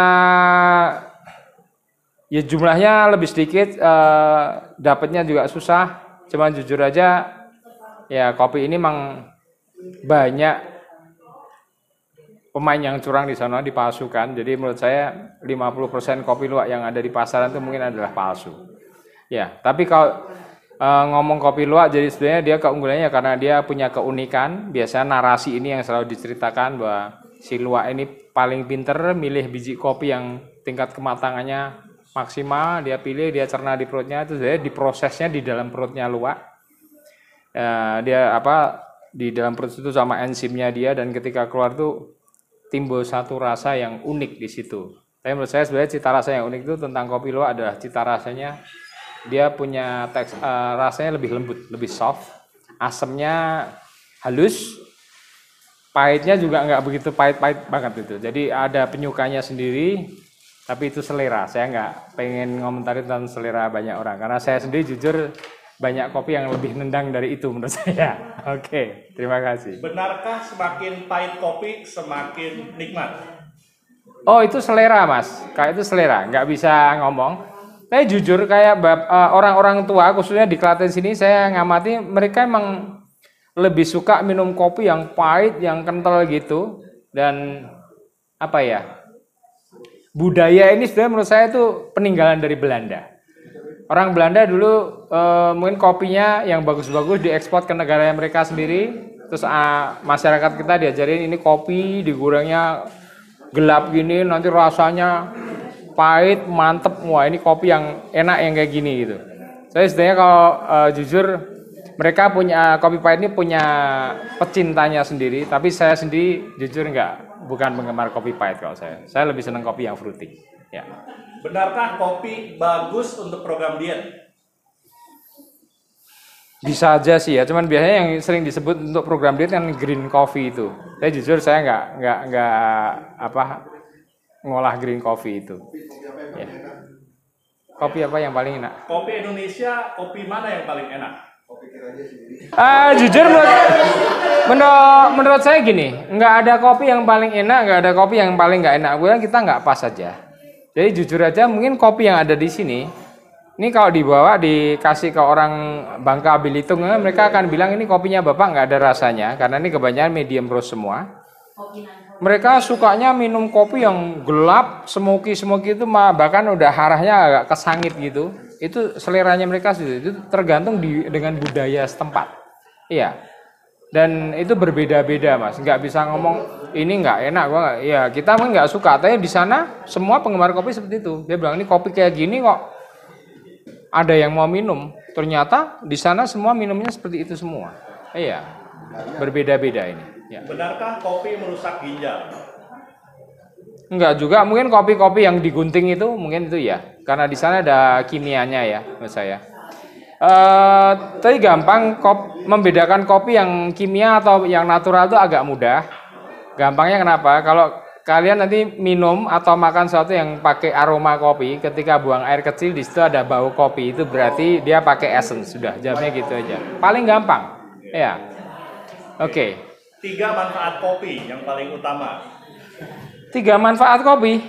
ya jumlahnya lebih sedikit, dapatnya juga susah. Cuman jujur aja, ya kopi ini memang banyak pemain yang curang di sana, dipalsukan. Jadi menurut saya 50% kopi luwak yang ada di pasaran itu mungkin adalah palsu. Ya, tapi kalau ngomong kopi luwak, jadi sebenarnya dia keunggulannya karena dia punya keunikan. Biasanya narasi ini yang selalu diceritakan bahwa si luwak ini paling pinter milih biji kopi yang tingkat kematangannya maksimal, dia pilih, dia cerna di perutnya, itu sebenarnya diprosesnya di dalam perutnya luwak. Dia di dalam perut itu sama enzimnya dia, dan ketika keluar tuh timbul satu rasa yang unik di situ. Tapi menurut saya sebenarnya cita rasa yang unik itu tentang kopi luwak adalah cita rasanya dia punya rasanya lebih lembut, lebih soft, asamnya halus, pahitnya juga nggak begitu pahit-pahit banget itu. Jadi ada penyukanya sendiri, tapi itu selera. Saya nggak pengen ngomentari tentang selera banyak orang, karena saya sendiri jujur banyak kopi yang lebih nendang dari itu menurut saya. Oke, terima kasih. Benarkah semakin pahit kopi semakin nikmat? Oh, itu selera Mas, kayak itu selera, nggak bisa ngomong. Tapi jujur kayak orang-orang tua khususnya di Klaten sini saya ngamati mereka emang lebih suka minum kopi yang pahit, yang kental gitu. Dan budaya ini sebenarnya menurut saya itu peninggalan dari Belanda. Orang Belanda dulu mungkin kopinya yang bagus-bagus diekspor ke negara mereka sendiri. Terus masyarakat kita diajarin ini kopi digorengnya gelap gini, nanti rasanya pahit, mantep. Wah, ini kopi yang enak yang kayak gini gitu. Saya sebenarnya kalau jujur mereka punya kopi pahit ini punya pecintanya sendiri, tapi saya sendiri jujur nggak bukan penggemar kopi pahit kalau saya. Saya lebih senang kopi yang fruity. Ya. Benarkah kopi bagus untuk program diet? Bisa aja sih ya, cuman biasanya yang sering disebut untuk program diet kan green coffee itu. Saya jujur saya nggak ngolah green coffee itu. Ya. Kopi apa yang paling enak? Kopi Indonesia, kopi mana yang paling enak? Jujur menurut saya gini, nggak ada kopi yang paling enak, nggak ada kopi yang paling nggak enak. Kita nggak pas aja. Jadi jujur aja, mungkin kopi yang ada di sini, ini kalau dibawa dikasih ke orang Bangka Belitung, mereka akan bilang ini kopinya bapak nggak ada rasanya, karena ini kebanyakan medium roast semua. Mereka sukanya minum kopi yang gelap, smoky itu bahkan udah arahnya agak kesangit gitu. Itu seleranya mereka sih. Itu tergantung dengan budaya setempat. Iya. Dan itu berbeda-beda, Mas. Nggak bisa ngomong ini nggak enak, gua nggak. Ya kita mungkin nggak suka. Tapi di sana semua penggemar kopi seperti itu. Dia bilang ini kopi kayak gini kok ada yang mau minum. Ternyata di sana semua minumnya seperti itu semua. Iya. Berbeda-beda ini. Ya. Benarkah kopi merusak ginjal? Enggak juga, mungkin kopi-kopi yang digunting itu mungkin itu ya, karena di sana ada kimianya ya, menurut saya. Tapi gampang membedakan kopi yang kimia atau yang natural itu agak mudah. Gampangnya kenapa? Kalau kalian nanti minum atau makan sesuatu yang pakai aroma kopi, ketika buang air kecil di situ ada bau kopi, itu berarti dia pakai essence. Sudah, jawabnya gitu aja. Paling gampang, ya. Oke. 3 manfaat kopi yang paling utama. 3 manfaat kopi.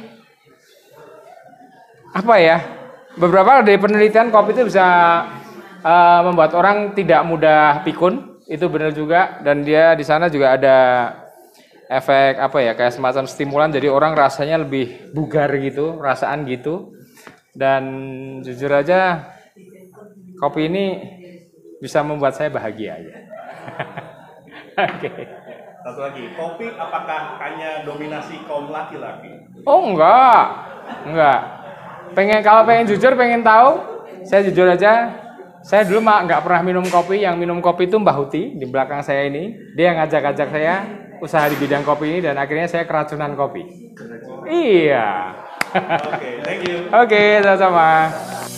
Apa ya? Beberapa dari penelitian kopi itu bisa membuat orang tidak mudah pikun. Itu benar juga. Dan dia di sana juga ada efek kayak semacam stimulan. Jadi orang rasanya lebih bugar gitu, rasaan gitu. Dan jujur aja kopi ini bisa membuat saya bahagia aja. Oke. Satu lagi, kopi apakah hanya dominasi kaum laki-laki? Oh enggak. Kalau pengen jujur, pengen tahu, saya jujur aja, saya dulu nggak pernah minum kopi. Yang minum kopi itu Mbah Huti di belakang saya ini. Dia ngajak-ngajak saya usaha di bidang kopi ini dan akhirnya saya keracunan kopi. Iya. Oke, thank you. Oke, sama-sama.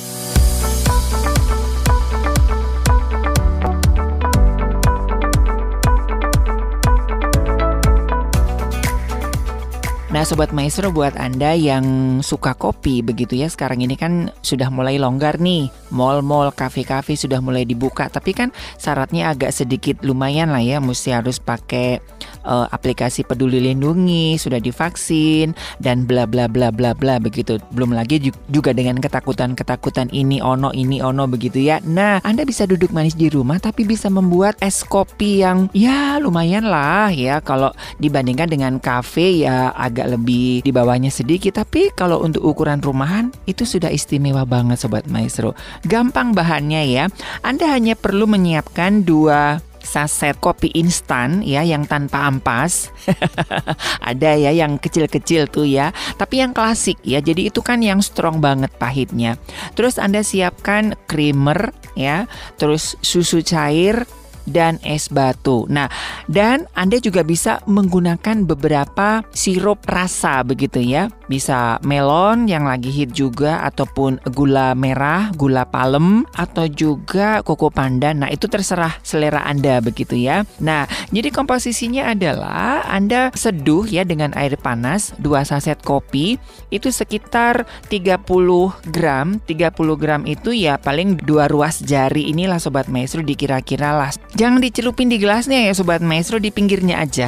Nah Sobat Maestro, buat Anda yang suka kopi begitu ya, sekarang ini kan sudah mulai longgar nih. Mall-mall, kafe-kafe sudah mulai dibuka. Tapi kan syaratnya agak sedikit lumayan lah ya. Mesti harus pakai aplikasi Peduli Lindungi, sudah divaksin, dan bla bla bla bla bla begitu. Belum lagi juga dengan ketakutan-ketakutan ini ono begitu ya. Nah Anda bisa duduk manis di rumah tapi bisa membuat es kopi yang ya lumayan lah ya. Kalau dibandingkan dengan kafe ya agak lebih di bawahnya sedikit, tapi kalau untuk ukuran rumahan itu sudah istimewa banget Sobat Maestro. Gampang bahannya ya. Anda hanya perlu menyiapkan 2 saset kopi instan ya yang tanpa ampas. Ada ya yang kecil-kecil tuh ya, tapi yang klasik ya. Jadi itu kan yang strong banget pahitnya. Terus Anda siapkan creamer ya, terus susu cair dan es batu. Nah, dan Anda juga bisa menggunakan beberapa sirup rasa begitu ya. Bisa melon yang lagi hit juga, ataupun gula merah, gula palem, atau juga koko pandan. Nah, itu terserah selera Anda begitu ya. Nah, jadi komposisinya adalah Anda seduh ya dengan air panas 2 saset kopi. Itu sekitar 30 gram. 30 gram itu ya paling 2 ruas jari inilah Sobat Maestro, dikira-kira lah. Jangan dicelupin di gelasnya ya Sobat Maestro, di pinggirnya aja.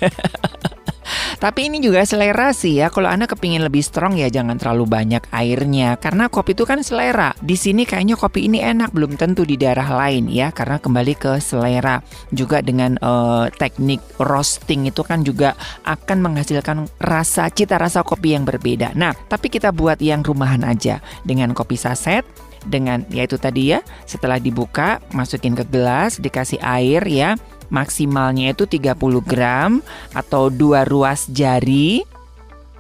Tapi ini juga selera sih ya. Kalau Anda kepingin lebih strong ya jangan terlalu banyak airnya, karena kopi itu kan selera. Di sini kayaknya kopi ini enak, belum tentu di daerah lain ya, karena kembali ke selera. Juga dengan teknik roasting itu kan juga akan menghasilkan cita rasa kopi yang berbeda. Nah, tapi kita buat yang rumahan aja dengan kopi saset. Dengan yaitu tadi ya, setelah dibuka masukin ke gelas, dikasih air ya, maksimalnya itu 30 gram atau 2 ruas jari.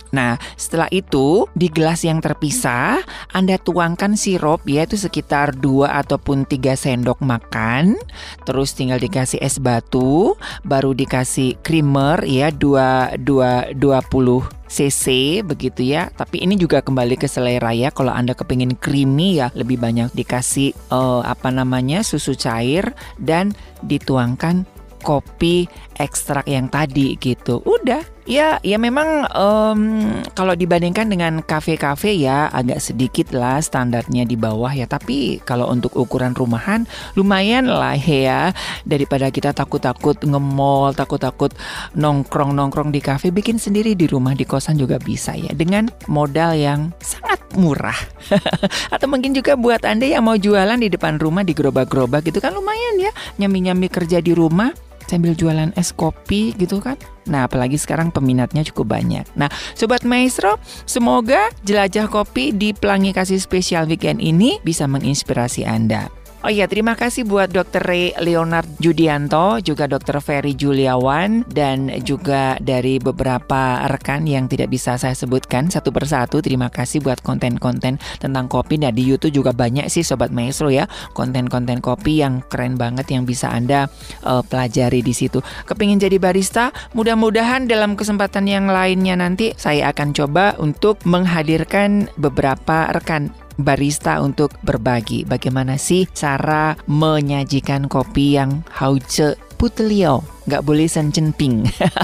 Nah, setelah itu di gelas yang terpisah Anda tuangkan sirup, yaitu sekitar 2 ataupun 3 sendok makan. Terus tinggal dikasih es batu, baru dikasih creamer ya 20 cc begitu ya. Tapi ini juga kembali ke selera ya. Kalau Anda kepingin creamy ya lebih banyak dikasih susu cair dan dituangkan kopi ekstrak yang tadi gitu. Udah. Ya memang kalau dibandingkan dengan kafe-kafe ya agak sedikit lah standarnya di bawah ya. Tapi kalau untuk ukuran rumahan lumayan lah ya. Daripada kita takut-takut nge-mall, takut-takut nongkrong-nongkrong di kafe, bikin sendiri di rumah di kosan juga bisa ya. Dengan modal yang sangat murah. Atau mungkin juga buat Anda yang mau jualan di depan rumah di gerobak-gerobak gitu kan lumayan ya. Nyami-nyami kerja di rumah sambil jualan es kopi gitu kan. Nah, apalagi sekarang peminatnya cukup banyak. Nah, Sobat Maestro, semoga jelajah kopi di Pelangi Kasih Spesial Weekend ini bisa menginspirasi Anda. Oh iya, terima kasih buat Dr. Ray Leonard Judianto, juga Dr. Ferry Juliawan, dan juga dari beberapa rekan yang tidak bisa saya sebutkan satu persatu. Terima kasih buat konten-konten tentang kopi. Nah, di YouTube juga banyak sih Sobat Maestro ya, konten-konten kopi yang keren banget yang bisa Anda pelajari di situ. Kepingin jadi barista? Mudah-mudahan dalam kesempatan yang lainnya nanti saya akan coba untuk menghadirkan beberapa rekan barista untuk berbagi bagaimana sih cara menyajikan kopi yang hauce putelio, nggak boleh sencenping.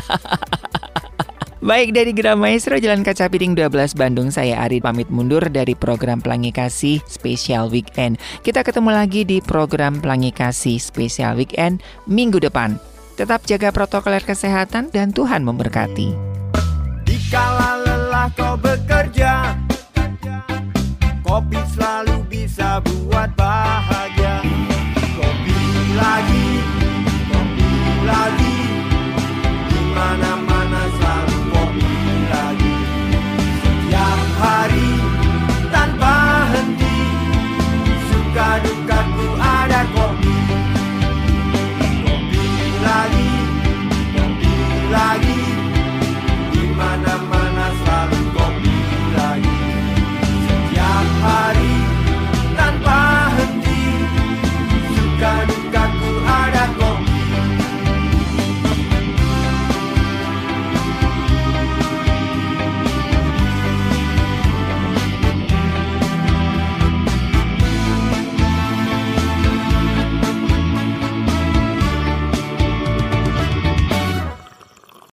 Baik, dari Gram Maestro Jalan Kaca Piring 12 Bandung, saya Ari pamit mundur dari program Pelangi Kasih Spesial Weekend. Kita ketemu lagi di program Pelangi Kasih Spesial Weekend minggu depan. Tetap jaga protokol kesehatan dan Tuhan memberkati. Dikala lelah kau bekerja, kopi selalu bisa buat bahagia.